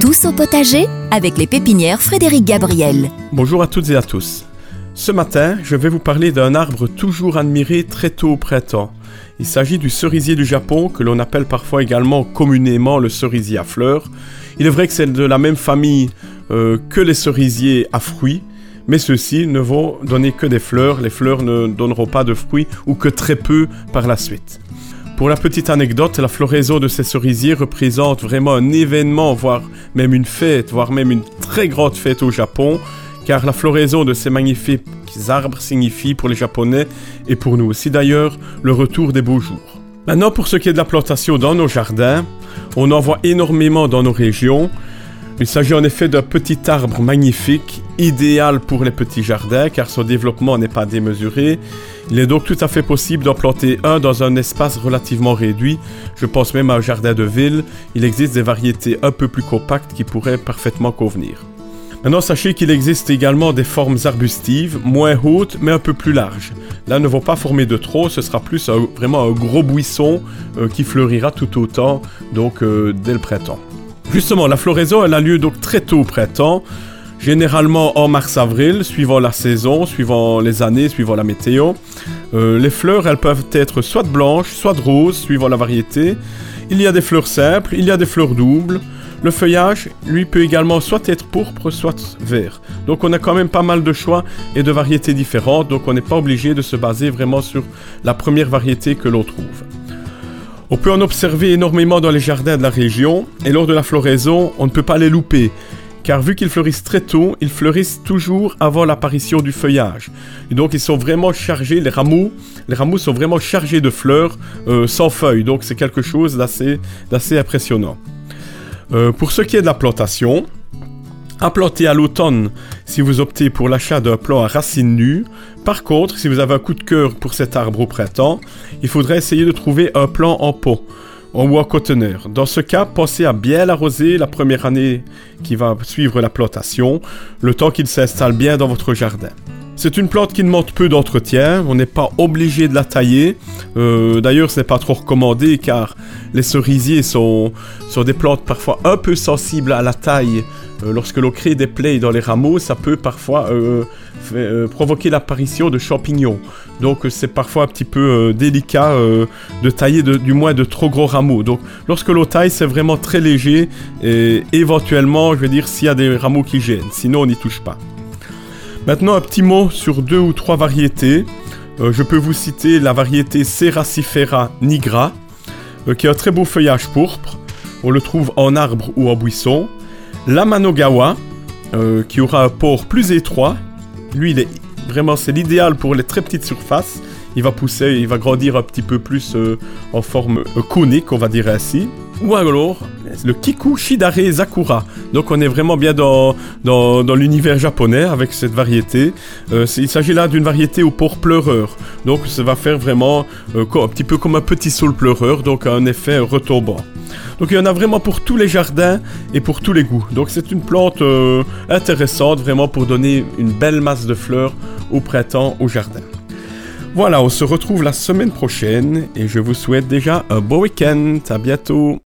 Tous au potager avec les pépinières Frédéric Gabriel. Bonjour à toutes et à tous. Ce matin, je vais vous parler d'un arbre toujours admiré très tôt au printemps. Il s'agit du cerisier du Japon, que l'on appelle parfois également communément le cerisier à fleurs. Il est vrai que c'est de la même famille que les cerisiers à fruits, mais ceux-ci ne vont donner que des fleurs. Les fleurs ne donneront pas de fruits ou que très peu par la suite. Pour la petite anecdote, la floraison de ces cerisiers représente vraiment un événement, voire même une fête, voire même une très grande fête au Japon, car la floraison de ces magnifiques arbres signifie pour les Japonais, et pour nous aussi d'ailleurs, le retour des beaux jours. Maintenant, pour ce qui est de la plantation dans nos jardins, on en voit énormément dans nos régions. Il s'agit en effet d'un petit arbre magnifique, idéal pour les petits jardins, car son développement n'est pas démesuré. Il est donc tout à fait possible d'en planter un dans un espace relativement réduit. Je pense même à un jardin de ville. Il existe des variétés un peu plus compactes qui pourraient parfaitement convenir. Maintenant, sachez qu'il existe également des formes arbustives, moins hautes, mais un peu plus larges. Là, ne vont pas former de tronc, ce sera plus vraiment un gros buisson qui fleurira tout autant, donc dès le printemps. Justement, la floraison, elle a lieu donc très tôt au printemps, généralement en mars-avril, suivant la saison, suivant les années, suivant la météo. Les fleurs, elles peuvent être soit de blanches, soit de roses, suivant la variété. Il y a des fleurs simples, il y a des fleurs doubles. Le feuillage, lui, peut également soit être pourpre, soit vert. Donc on a quand même pas mal de choix et de variétés différentes, donc on n'est pas obligé de se baser vraiment sur la première variété que l'on trouve. On peut en observer énormément dans les jardins de la région, et lors de la floraison, on ne peut pas les louper, car vu qu'ils fleurissent très tôt, ils fleurissent toujours avant l'apparition du feuillage. Et donc ils sont vraiment chargés, les rameaux sont vraiment chargés de fleurs sans feuilles, donc c'est quelque chose d'assez impressionnant. Pour ce qui est de la plantation, à planter à l'automne si vous optez pour l'achat d'un plant à racines nues. Par contre, si vous avez un coup de cœur pour cet arbre au printemps, il faudrait essayer de trouver un plant en pot ou en conteneur. Dans ce cas, pensez à bien l'arroser la première année qui va suivre la plantation, le temps qu'il s'installe bien dans votre jardin. C'est une plante qui demande peu d'entretien, on n'est pas obligé de la tailler. D'ailleurs, ce n'est pas trop recommandé car les cerisiers sont des plantes parfois un peu sensibles à la taille. Lorsque l'on crée des plaies dans les rameaux, ça peut parfois provoquer l'apparition de champignons. Donc c'est parfois un petit peu délicat de tailler du moins de trop gros rameaux. Donc lorsque l'on taille, c'est vraiment très léger et éventuellement, je veux dire, s'il y a des rameaux qui gênent, sinon on n'y touche pas. Maintenant, un petit mot sur 2 ou 3 variétés. Je peux vous citer la variété Ceracifera nigra, qui a un très beau feuillage pourpre. On le trouve en arbre ou en buisson. L'Amanogawa, qui aura un port plus étroit. Lui, c'est l'idéal pour les très petites surfaces. Il va pousser, il va grandir un petit peu plus en forme conique, on va dire ainsi. Ou alors, le Kiku Shidare Zakura. Donc on est vraiment bien dans l'univers japonais avec cette variété. Il s'agit là d'une variété au port pleureur. Donc ça va faire vraiment un petit peu comme un petit saule pleureur, donc un effet retombant. Donc il y en a vraiment pour tous les jardins et pour tous les goûts. Donc c'est une plante intéressante vraiment pour donner une belle masse de fleurs au printemps au jardin. Voilà, on se retrouve la semaine prochaine et je vous souhaite déjà un bon week-end. À bientôt.